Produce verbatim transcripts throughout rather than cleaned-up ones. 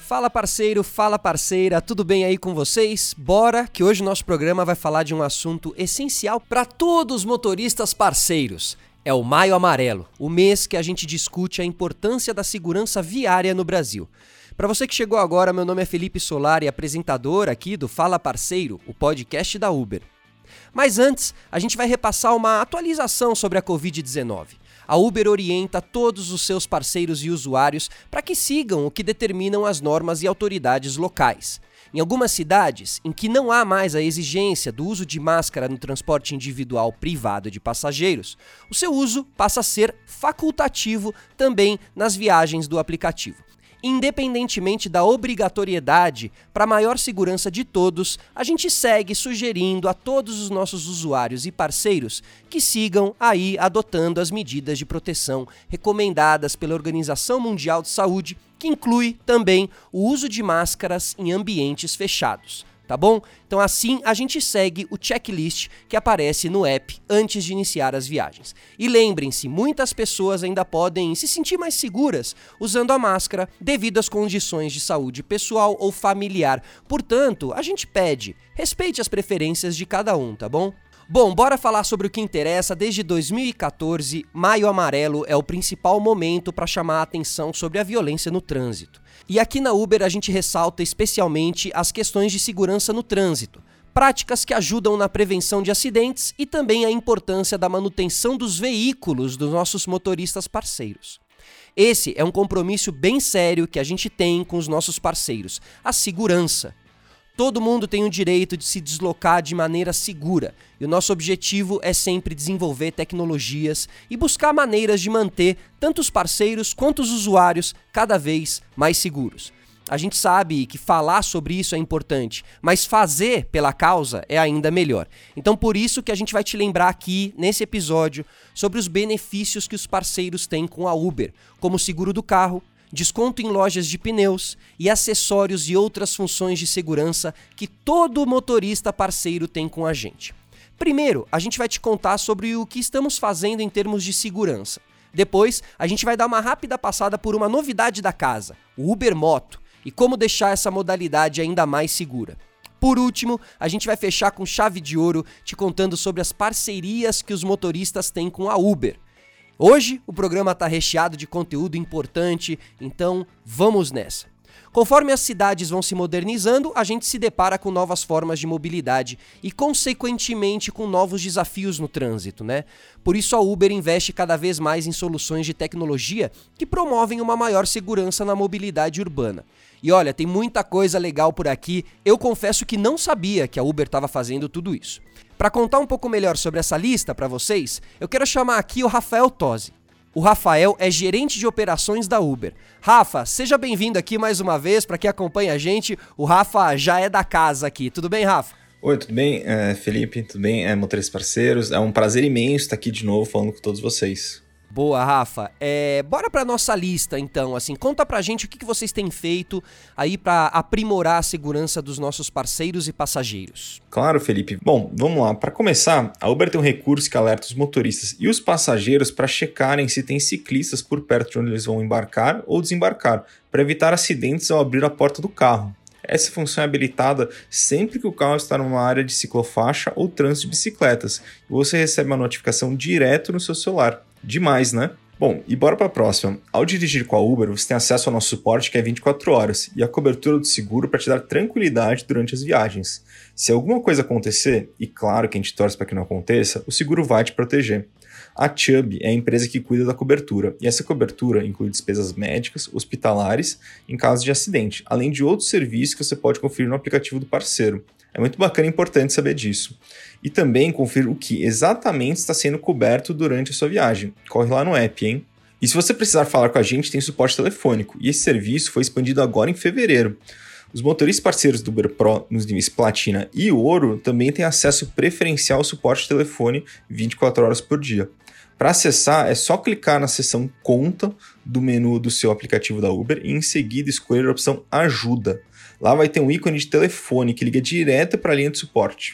Fala parceiro, fala parceira, tudo bem aí com vocês? Bora, que hoje o nosso programa vai falar de um assunto essencial para todos os motoristas parceiros. É o Maio Amarelo, o mês que a gente discute a importância da segurança viária no Brasil. Para você que chegou agora, meu nome é Felipe Solari, apresentador aqui do Fala Parceiro, o podcast da Uber. Mas antes, a gente vai repassar uma atualização sobre a covid dezenove. A Uber orienta todos os seus parceiros e usuários para que sigam o que determinam as normas e autoridades locais. Em algumas cidades, em que não há mais a exigência do uso de máscara no transporte individual privado de passageiros, o seu uso passa a ser facultativo também nas viagens do aplicativo. Independentemente da obrigatoriedade, para maior segurança de todos, a gente segue sugerindo a todos os nossos usuários e parceiros que sigam aí adotando as medidas de proteção recomendadas pela Organização Mundial de Saúde, que inclui também o uso de máscaras em ambientes fechados. Tá bom? Então assim a gente segue o checklist que aparece no app antes de iniciar as viagens. E lembrem-se, muitas pessoas ainda podem se sentir mais seguras usando a máscara devido às condições de saúde pessoal ou familiar. Portanto, a gente pede, respeite as preferências de cada um, tá bom? Bom, bora falar sobre o que interessa. Desde dois mil e quatorze, Maio Amarelo é o principal momento para chamar a atenção sobre a violência no trânsito. E aqui na Uber a gente ressalta especialmente as questões de segurança no trânsito, práticas que ajudam na prevenção de acidentes e também a importância da manutenção dos veículos dos nossos motoristas parceiros. Esse é um compromisso bem sério que a gente tem com os nossos parceiros, a segurança. Todo mundo tem o direito de se deslocar de maneira segura, e o nosso objetivo é sempre desenvolver tecnologias e buscar maneiras de manter tanto os parceiros quanto os usuários cada vez mais seguros. A gente sabe que falar sobre isso é importante, mas fazer pela causa é ainda melhor. Então por isso que a gente vai te lembrar aqui, nesse episódio, sobre os benefícios que os parceiros têm com a Uber, como o seguro do carro, desconto em lojas de pneus e acessórios e outras funções de segurança que todo motorista parceiro tem com a gente. Primeiro, a gente vai te contar sobre o que estamos fazendo em termos de segurança. Depois, a gente vai dar uma rápida passada por uma novidade da casa, o Uber Moto, e como deixar essa modalidade ainda mais segura. Por último, a gente vai fechar com chave de ouro te contando sobre as parcerias que os motoristas têm com a Uber. Hoje o programa está recheado de conteúdo importante, então vamos nessa. Conforme as cidades vão se modernizando, a gente se depara com novas formas de mobilidade e, consequentemente, com novos desafios no trânsito, né? Por isso a Uber investe cada vez mais em soluções de tecnologia que promovem uma maior segurança na mobilidade urbana. E olha, tem muita coisa legal por aqui, eu confesso que não sabia que a Uber estava fazendo tudo isso. Para contar um pouco melhor sobre essa lista para vocês, eu quero chamar aqui o Rafael Tosi. O Rafael é gerente de operações da Uber. Rafa, seja bem-vindo aqui mais uma vez. Para quem acompanha a gente, o Rafa já é da casa aqui. Tudo bem, Rafa? Oi, tudo bem? É, Felipe, tudo bem? É, motoristas parceiros. É um prazer imenso estar aqui de novo falando com todos vocês. Boa, Rafa. É, bora pra nossa lista, então. Assim, conta pra gente o que, que vocês têm feito aí pra aprimorar a segurança dos nossos parceiros e passageiros. Claro, Felipe. Bom, vamos lá. Para começar, a Uber tem um recurso que alerta os motoristas e os passageiros para checarem se tem ciclistas por perto de onde eles vão embarcar ou desembarcar, para evitar acidentes ao abrir a porta do carro. Essa função é habilitada sempre que o carro está numa área de ciclofaixa ou trânsito de bicicletas, e você recebe uma notificação direto no seu celular. Demais, né? Bom, e bora para a próxima. Ao dirigir com a Uber, você tem acesso ao nosso suporte que é vinte e quatro horas e a cobertura do seguro para te dar tranquilidade durante as viagens. Se alguma coisa acontecer, e claro que a gente torce para que não aconteça, o seguro vai te proteger. A Chubb é a empresa que cuida da cobertura, e essa cobertura inclui despesas médicas, hospitalares, em caso de acidente, além de outros serviços que você pode conferir no aplicativo do parceiro. É muito bacana e importante saber disso. E também conferir o que exatamente está sendo coberto durante a sua viagem. Corre lá no app, hein? E se você precisar falar com a gente, tem suporte telefônico, e esse serviço foi expandido agora em fevereiro. Os motoristas parceiros do Uber Pro nos níveis Platina e Ouro também têm acesso preferencial ao suporte de telefone vinte e quatro horas por dia. Para acessar, é só clicar na seção Conta do menu do seu aplicativo da Uber e em seguida escolher a opção Ajuda. Lá vai ter um ícone de telefone que liga direto para a linha de suporte.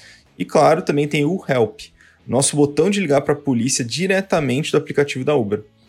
E claro, também tem o Help, nosso botão de ligar para a polícia diretamente do aplicativo da Uber.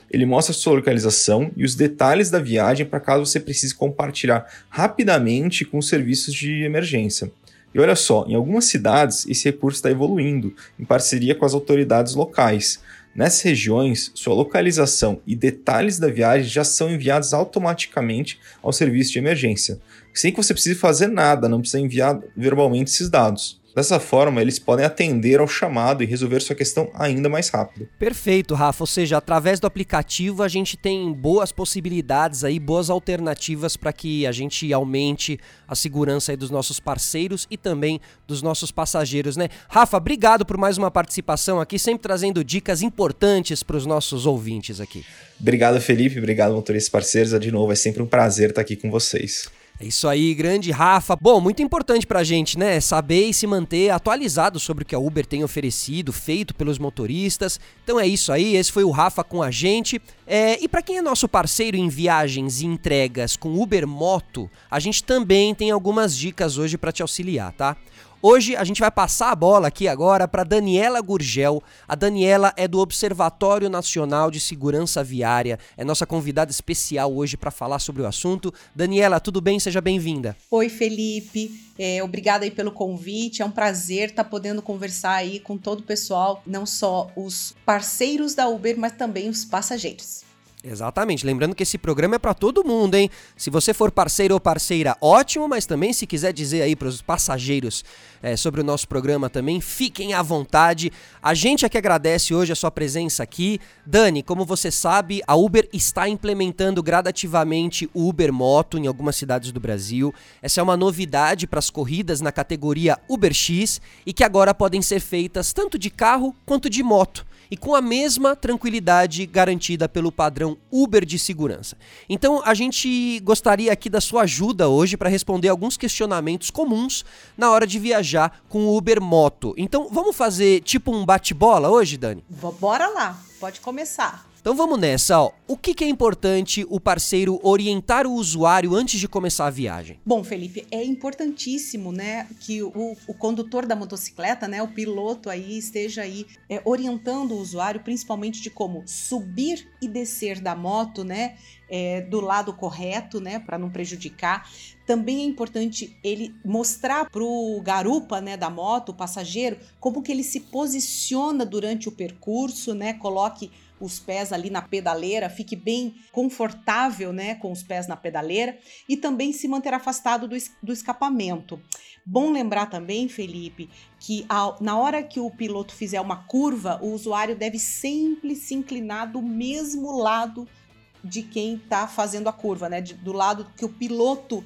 Ele mostra a sua localização e os detalhes da viagem para caso você precise compartilhar rapidamente com os serviços de emergência. E olha só, em algumas cidades esse recurso está evoluindo em parceria com as autoridades locais. Nessas regiões, sua localização e detalhes da viagem já são enviados automaticamente ao serviço de emergência, sem que você precise fazer nada, não precisa enviar verbalmente esses dados. Dessa forma, eles podem atender ao chamado e resolver sua questão ainda mais rápido. Perfeito, Rafa. Ou seja, através do aplicativo a gente tem boas possibilidades aí, boas alternativas para que a gente aumente a segurança aí dos nossos parceiros e também dos nossos passageiros, né? Rafa, obrigado por mais uma participação aqui, sempre trazendo dicas importantes para os nossos ouvintes aqui. Obrigado, Felipe. Obrigado, motoristas parceiros. De novo, é sempre um prazer estar aqui com vocês. É isso aí, grande Rafa. Bom, muito importante pra gente, né? Saber e se manter atualizado sobre o que a Uber tem oferecido, feito pelos motoristas. Então é isso aí, esse foi o Rafa com a gente. É, e pra quem é nosso parceiro em viagens e entregas com Uber Moto, a gente também tem algumas dicas hoje pra te auxiliar, tá? Hoje a gente vai passar a bola aqui agora para Daniela Gurgel. A Daniela é do Observatório Nacional de Segurança Viária, é nossa convidada especial hoje para falar sobre o assunto. Daniela, tudo bem? Seja bem-vinda. Oi, Felipe. É, obrigada aí pelo convite. É um prazer estar podendo conversar aí com todo o pessoal, não só os parceiros da Uber, mas também os passageiros. Exatamente, lembrando que esse programa é para todo mundo, hein? Se você for parceiro ou parceira, ótimo, mas também se quiser dizer aí para os passageiros é, sobre o nosso programa também, fiquem à vontade. A gente é que agradece hoje a sua presença aqui. Dani, como você sabe, a Uber está implementando gradativamente o Uber Moto em algumas cidades do Brasil. Essa é uma novidade para as corridas na categoria UberX e que agora podem ser feitas tanto de carro quanto de moto, e com a mesma tranquilidade garantida pelo padrão Uber de segurança. Então a gente gostaria aqui da sua ajuda hoje para responder alguns questionamentos comuns na hora de viajar com o Uber Moto. Então vamos fazer tipo um bate-bola hoje, Dani? Bora lá, pode começar. Então vamos nessa, ó. O que, que é importante o parceiro orientar o usuário antes de começar a viagem? Bom, Felipe, é importantíssimo, né, que o, o condutor da motocicleta, né, o piloto aí esteja aí é, orientando o usuário, principalmente de como subir e descer da moto, né, é, do lado correto, né, para não prejudicar. Também é importante ele mostrar para o garupa, né, da moto, o passageiro, como que ele se posiciona durante o percurso, né, coloque os pés ali na pedaleira, fique bem confortável, né, com os pés na pedaleira e também se manter afastado do, es- do escapamento. Bom lembrar também, Felipe, que ao, na hora que o piloto fizer uma curva, o usuário deve sempre se inclinar do mesmo lado de quem está fazendo a curva, né, de, do lado que o piloto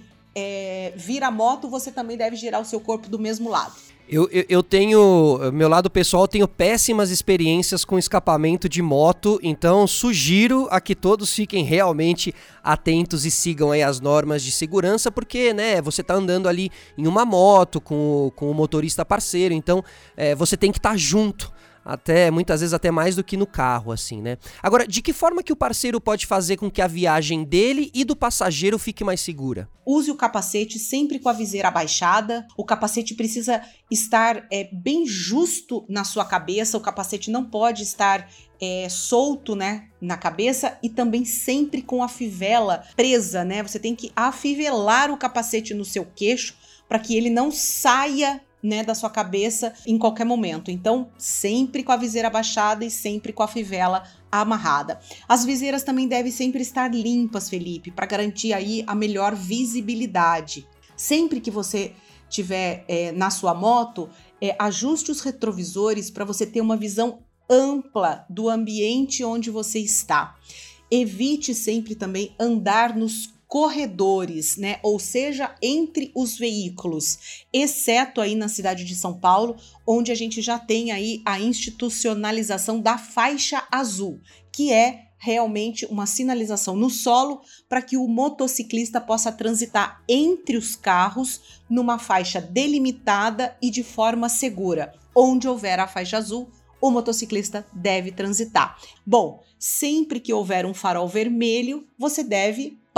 é, vira a moto, você também deve girar o seu corpo do mesmo lado. Eu, eu, eu tenho, meu lado pessoal, eu tenho péssimas experiências com escapamento de moto, então sugiro a que todos fiquem realmente atentos e sigam aí as normas de segurança, porque, né, você tá andando ali em uma moto com o, com o motorista parceiro, então é, você tem que estar junto. Até, muitas vezes até mais do que no carro, assim, né? Agora, de que forma que o parceiro pode fazer com que a viagem dele e do passageiro fique mais segura? Use o capacete sempre com a viseira abaixada. O capacete precisa estar é, bem justo na sua cabeça. O capacete não pode estar é, solto, né, na cabeça, e também sempre com a fivela presa, né? Você tem que afivelar o capacete no seu queixo para que ele não saia, né, da sua cabeça em qualquer momento. Então, sempre com a viseira abaixada e sempre com a fivela amarrada. As viseiras também devem sempre estar limpas, Felipe, para garantir aí a melhor visibilidade. Sempre que você tiver é, na sua moto, é, ajuste os retrovisores para você ter uma visão ampla do ambiente onde você está. Evite sempre também andar nos corredores, né? Ou seja, entre os veículos, exceto aí na cidade de São Paulo, onde a gente já tem aí a institucionalização da faixa azul, que é realmente uma sinalização no solo para que o motociclista possa transitar entre os carros numa faixa delimitada e de forma segura. Onde houver a faixa azul, o motociclista deve transitar. Bom, sempre que houver um farol vermelho, você deve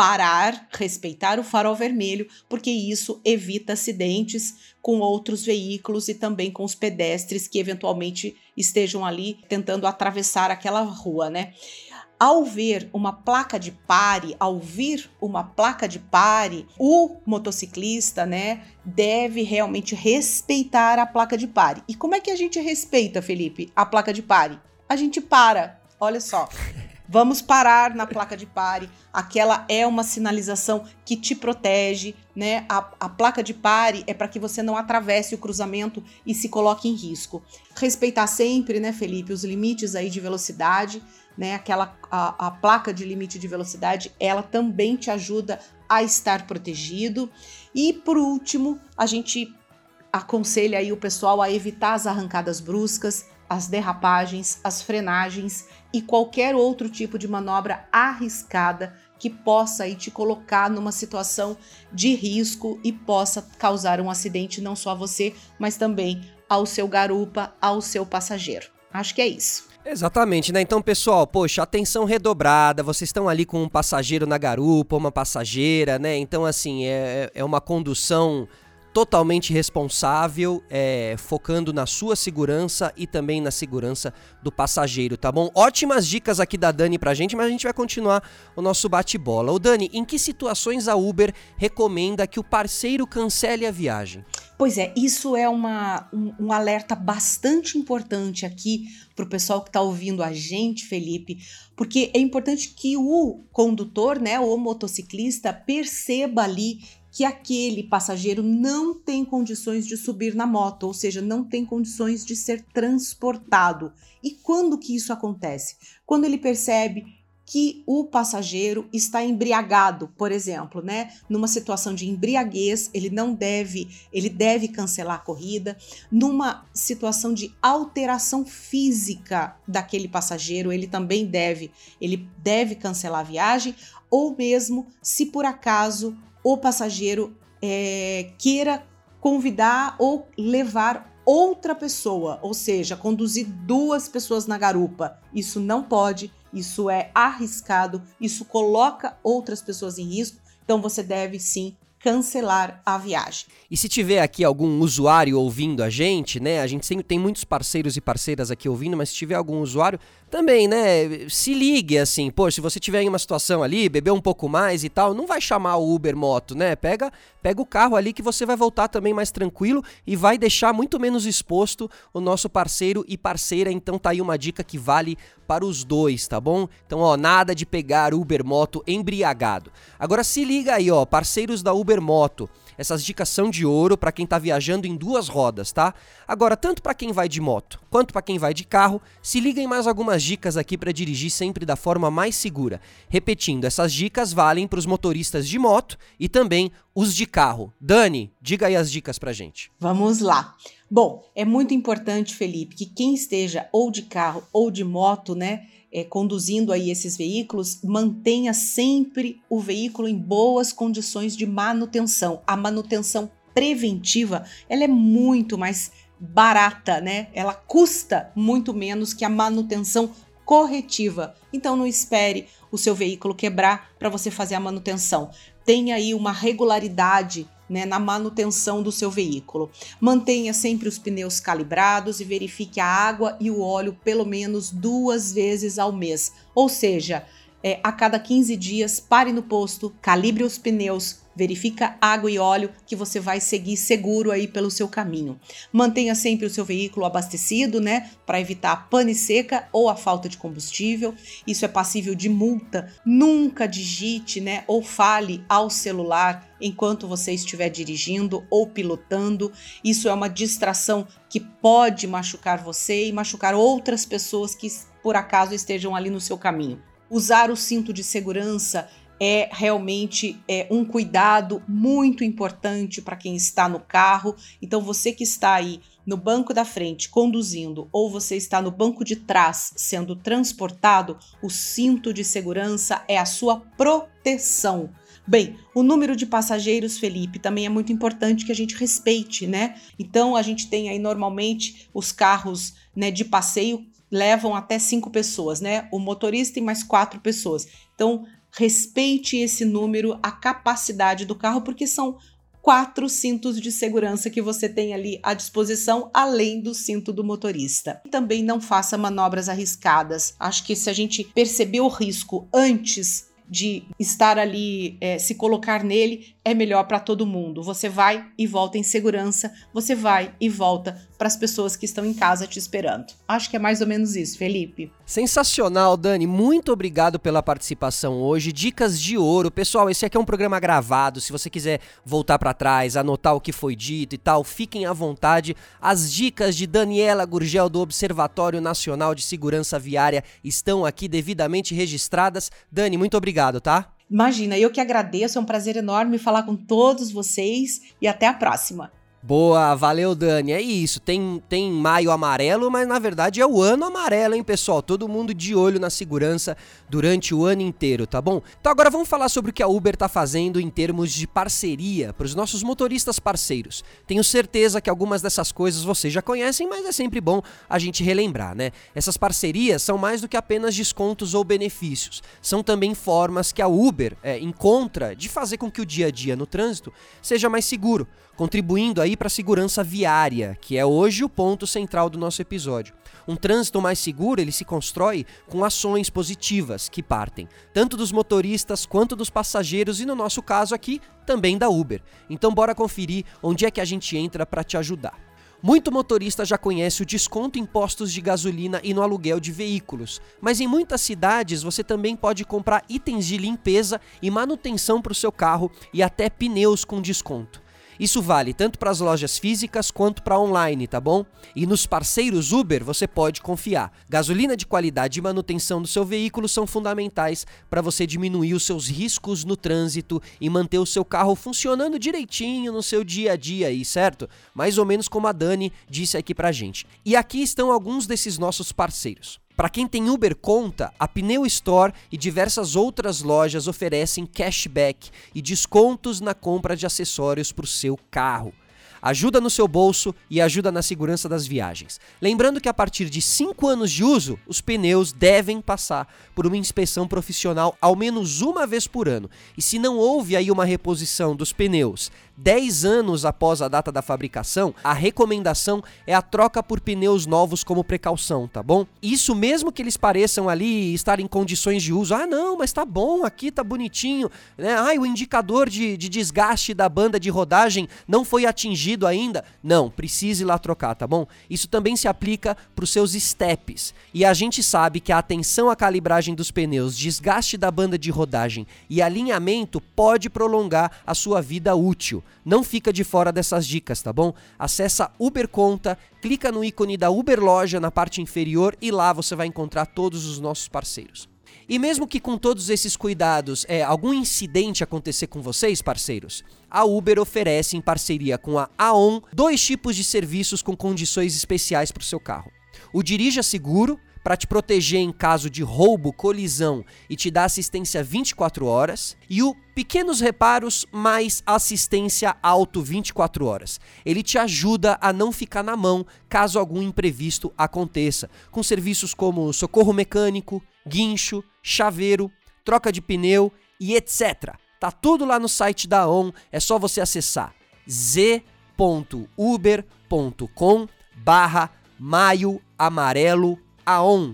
parar, respeitar o farol vermelho, porque isso evita acidentes com outros veículos e também com os pedestres que eventualmente estejam ali tentando atravessar aquela rua, né? Ao ver uma placa de pare, ao vir uma placa de pare, o motociclista, né, deve realmente respeitar a placa de pare. E como é que a gente respeita, Felipe, a placa de pare? A gente para, olha só. Vamos parar na placa de pare. Aquela é uma sinalização que te protege, né? A, a placa de pare é para que você não atravesse o cruzamento e se coloque em risco. Respeitar sempre, né, Felipe, os limites aí de velocidade, né? Aquela a, a placa de limite de velocidade, ela também te ajuda a estar protegido. E por último, a gente aconselha aí o pessoal a evitar as arrancadas bruscas, as derrapagens, as frenagens e qualquer outro tipo de manobra arriscada que possa aí te colocar numa situação de risco e possa causar um acidente não só a você, mas também ao seu garupa, ao seu passageiro. Acho que é isso. Exatamente, né? Então, pessoal, poxa, atenção redobrada, vocês estão ali com um passageiro na garupa, uma passageira, né? Então, assim, é, é uma condução totalmente responsável, é, focando na sua segurança e também na segurança do passageiro, tá bom? Ótimas dicas aqui da Dani pra gente, mas a gente vai continuar o nosso bate-bola. Ô Dani, em que situações a Uber recomenda que o parceiro cancele a viagem? Pois é, isso é uma, um, um alerta bastante importante aqui para o pessoal que está ouvindo a gente, Felipe, porque é importante que o condutor, né, o motociclista, perceba ali que aquele passageiro não tem condições de subir na moto, ou seja, não tem condições de ser transportado. E quando que isso acontece? Quando ele percebe que o passageiro está embriagado, por exemplo, né? Numa situação de embriaguez, ele não deve, ele deve cancelar a corrida. Numa situação de alteração física daquele passageiro, ele também deve, ele deve cancelar a viagem, ou mesmo se por acaso o passageiro é, queira convidar ou levar outra pessoa, ou seja, conduzir duas pessoas na garupa. Isso não pode, isso é arriscado, isso coloca outras pessoas em risco, então você deve sim cancelar a viagem. E se tiver aqui algum usuário ouvindo a gente, né, a gente sempre tem muitos parceiros e parceiras aqui ouvindo, mas se tiver algum usuário, também, né, se ligue assim, pô, se você tiver em uma situação ali, beber um pouco mais e tal, não vai chamar o Uber Moto, né, pega, pega o carro ali que você vai voltar também mais tranquilo e vai deixar muito menos exposto o nosso parceiro e parceira, então tá aí uma dica que vale para os dois, tá bom? Então, ó, nada de pegar Uber Moto embriagado. Agora se liga aí, ó, parceiros da Uber Moto, essas dicas são de ouro para quem tá viajando em duas rodas, tá? Agora, tanto para quem vai de moto, quanto para quem vai de carro, se liga em mais algumas dicas aqui para dirigir sempre da forma mais segura. Repetindo, essas dicas valem para os motoristas de moto e também os de carro. Dani, diga aí as dicas pra gente. Vamos lá. Bom, é muito importante, Felipe, que quem esteja ou de carro ou de moto, né, é, conduzindo aí esses veículos, mantenha sempre o veículo em boas condições de manutenção. A manutenção preventiva, ela é muito mais barata, né? Ela custa muito menos que a manutenção corretiva. Então não espere o seu veículo quebrar para você fazer a manutenção. Tenha aí uma regularidade, né, na manutenção do seu veículo. Mantenha sempre os pneus calibrados e verifique a água e o óleo pelo menos duas vezes ao mês. Ou seja, é, a cada quinze dias, pare no posto, calibre os pneus, verifica água e óleo que você vai seguir seguro aí pelo seu caminho. Mantenha sempre o seu veículo abastecido, né, para evitar a pane seca ou a falta de combustível. Isso é passível de multa. Nunca digite, né, ou fale ao celular enquanto você estiver dirigindo ou pilotando. Isso é uma distração que pode machucar você e machucar outras pessoas que por acaso estejam ali no seu caminho. Usar o cinto de segurança é realmente é, um cuidado muito importante para quem está no carro. Então, você que está aí no banco da frente conduzindo ou você está no banco de trás sendo transportado, o cinto de segurança é a sua proteção. Bem, o número de passageiros, Felipe, também é muito importante que a gente respeite, né? Então, a gente tem aí normalmente os carros, né, de passeio levam até cinco pessoas, né? O motorista e mais quatro pessoas. Então, respeite esse número, a capacidade do carro, porque são quatro cintos de segurança que você tem ali à disposição, além do cinto do motorista. Também não faça manobras arriscadas. Acho que se a gente perceber o risco antes de estar ali, é, se colocar nele, é melhor para todo mundo. Você vai e volta em segurança, você vai e volta para as pessoas que estão em casa te esperando. Acho que é mais ou menos isso, Felipe. Sensacional, Dani. Muito obrigado pela participação hoje. Dicas de ouro. Pessoal, esse aqui é um programa gravado. Se você quiser voltar para trás, anotar o que foi dito e tal, fiquem à vontade. As dicas de Daniela Gurgel do Observatório Nacional de Segurança Viária estão aqui devidamente registradas. Dani, muito obrigado, tá? Imagina, eu que agradeço, é um prazer enorme falar com todos vocês e até a próxima. Boa, valeu, Dani. É isso, tem, tem maio amarelo, mas na verdade é o ano amarelo, hein, pessoal? Todo mundo de olho na segurança durante o ano inteiro, tá bom? Então agora vamos falar sobre o que a Uber tá fazendo em termos de parceria para os nossos motoristas parceiros. Tenho certeza que algumas dessas coisas vocês já conhecem, mas é sempre bom a gente relembrar, né? Essas parcerias são mais do que apenas descontos ou benefícios. São também formas que a Uber é, encontra de fazer com que o dia a dia no trânsito seja mais seguro, contribuindo aí para a segurança viária, que é hoje o ponto central do nosso episódio. Um trânsito mais seguro, ele se constrói com ações positivas que partem tanto dos motoristas quanto dos passageiros e, no nosso caso aqui, também da Uber. Então bora conferir onde é que a gente entra para te ajudar. Muito motorista já conhece o desconto em postos de gasolina e no aluguel de veículos, mas em muitas cidades você também pode comprar itens de limpeza e manutenção para o seu carro e até pneus com desconto. Isso vale tanto para as lojas físicas quanto para online, tá bom? E nos parceiros Uber você pode confiar. Gasolina de qualidade e manutenção do seu veículo são fundamentais para você diminuir os seus riscos no trânsito e manter o seu carro funcionando direitinho no seu dia a dia aí, certo? Mais ou menos como a Dani disse aqui pra gente. E aqui estão alguns desses nossos parceiros. Para quem tem Uber Conta, a Pneu Store e diversas outras lojas oferecem cashback e descontos na compra de acessórios para o seu carro. Ajuda no seu bolso e ajuda na segurança das viagens. Lembrando que a partir de cinco anos de uso, os pneus devem passar por uma inspeção profissional ao menos uma vez por ano. E se não houve aí uma reposição dos pneus dez anos após a data da fabricação, a recomendação é a troca por pneus novos como precaução, tá bom? Isso mesmo que eles pareçam ali estar em condições de uso. Ah, não, mas tá bom, aqui tá bonitinho, né? Ai, o indicador de, de desgaste da banda de rodagem não foi atingido ainda. Não, precise ir lá trocar, tá bom? Isso também se aplica para os seus steps. E a gente sabe que a atenção à calibragem dos pneus, desgaste da banda de rodagem e alinhamento pode prolongar a sua vida útil. Não fica de fora dessas dicas, tá bom? Acessa Uber Conta, clica no ícone da Uber Loja na parte inferior e lá você vai encontrar todos os nossos parceiros. E mesmo que com todos esses cuidados é, algum incidente acontecer com vocês, parceiros, a Uber oferece em parceria com a Aon dois tipos de serviços com condições especiais para o seu carro. O Dirija Seguro, para te proteger em caso de roubo, colisão e te dar assistência vinte e quatro horas, e o Pequenos Reparos mais assistência auto vinte e quatro horas. Ele te ajuda a não ficar na mão caso algum imprevisto aconteça, com serviços como socorro mecânico, guincho, chaveiro, troca de pneu e etcétera. Tá tudo lá no site da Aon, é só você acessar z ponto uber ponto com barra maio amarelo Aon,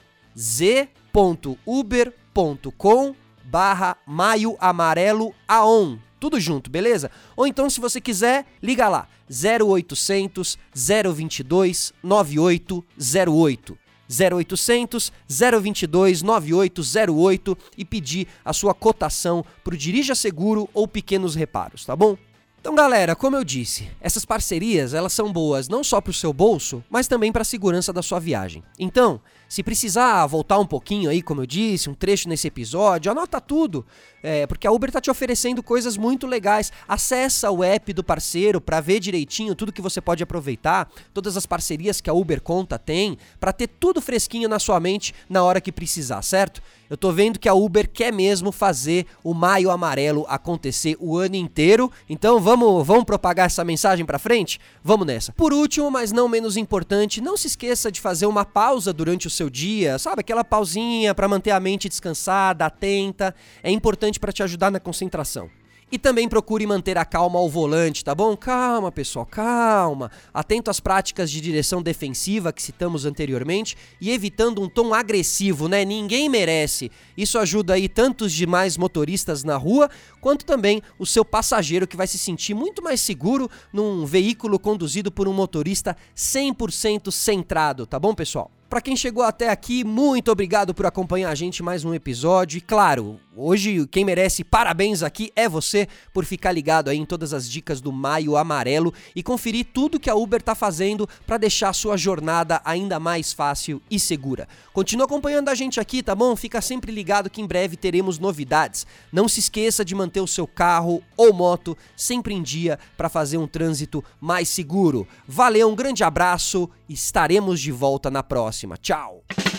z ponto uber ponto com barra maio amarelo Aon, tudo junto, beleza? Ou então, se você quiser, liga lá, zero oitocentos, zero vinte e dois, noventa e oito zero oito, zero oitocentos, zero vinte e dois, noventa e oito zero oito e pedir a sua cotação pro Dirija Seguro ou Pequenos Reparos, tá bom? Então, galera, como eu disse, essas parcerias, elas são boas não só para o seu bolso, mas também para a segurança da sua viagem. Então, se precisar voltar um pouquinho aí, como eu disse, um trecho nesse episódio, anota tudo, é, porque a Uber tá te oferecendo coisas muito legais. Acessa o app do parceiro para ver direitinho tudo que você pode aproveitar, todas as parcerias que a Uber Conta tem, para ter tudo fresquinho na sua mente na hora que precisar, certo? Eu tô vendo que a Uber quer mesmo fazer o Maio Amarelo acontecer o ano inteiro, então vamos, vamos propagar essa mensagem pra frente? Vamos nessa. Por último, mas não menos importante, não se esqueça de fazer uma pausa durante o seu seu dia, sabe? Aquela pausinha para manter a mente descansada, atenta, é importante para te ajudar na concentração. E também procure manter a calma ao volante, tá bom? Calma, pessoal, calma. Atento às práticas de direção defensiva que citamos anteriormente e evitando um tom agressivo, né? Ninguém merece. Isso ajuda aí tanto os demais motoristas na rua, quanto também o seu passageiro, que vai se sentir muito mais seguro num veículo conduzido por um motorista cem por cento centrado, tá bom, pessoal? Para quem chegou até aqui, muito obrigado por acompanhar a gente mais um episódio. E claro, hoje quem merece parabéns aqui é você por ficar ligado aí em todas as dicas do Maio Amarelo e conferir tudo que a Uber tá fazendo para deixar a sua jornada ainda mais fácil e segura. Continua acompanhando a gente aqui, tá bom? Fica sempre ligado que em breve teremos novidades. Não se esqueça de manter o seu carro ou moto sempre em dia para fazer um trânsito mais seguro. Valeu, um grande abraço, estaremos de volta na próxima. Tchau!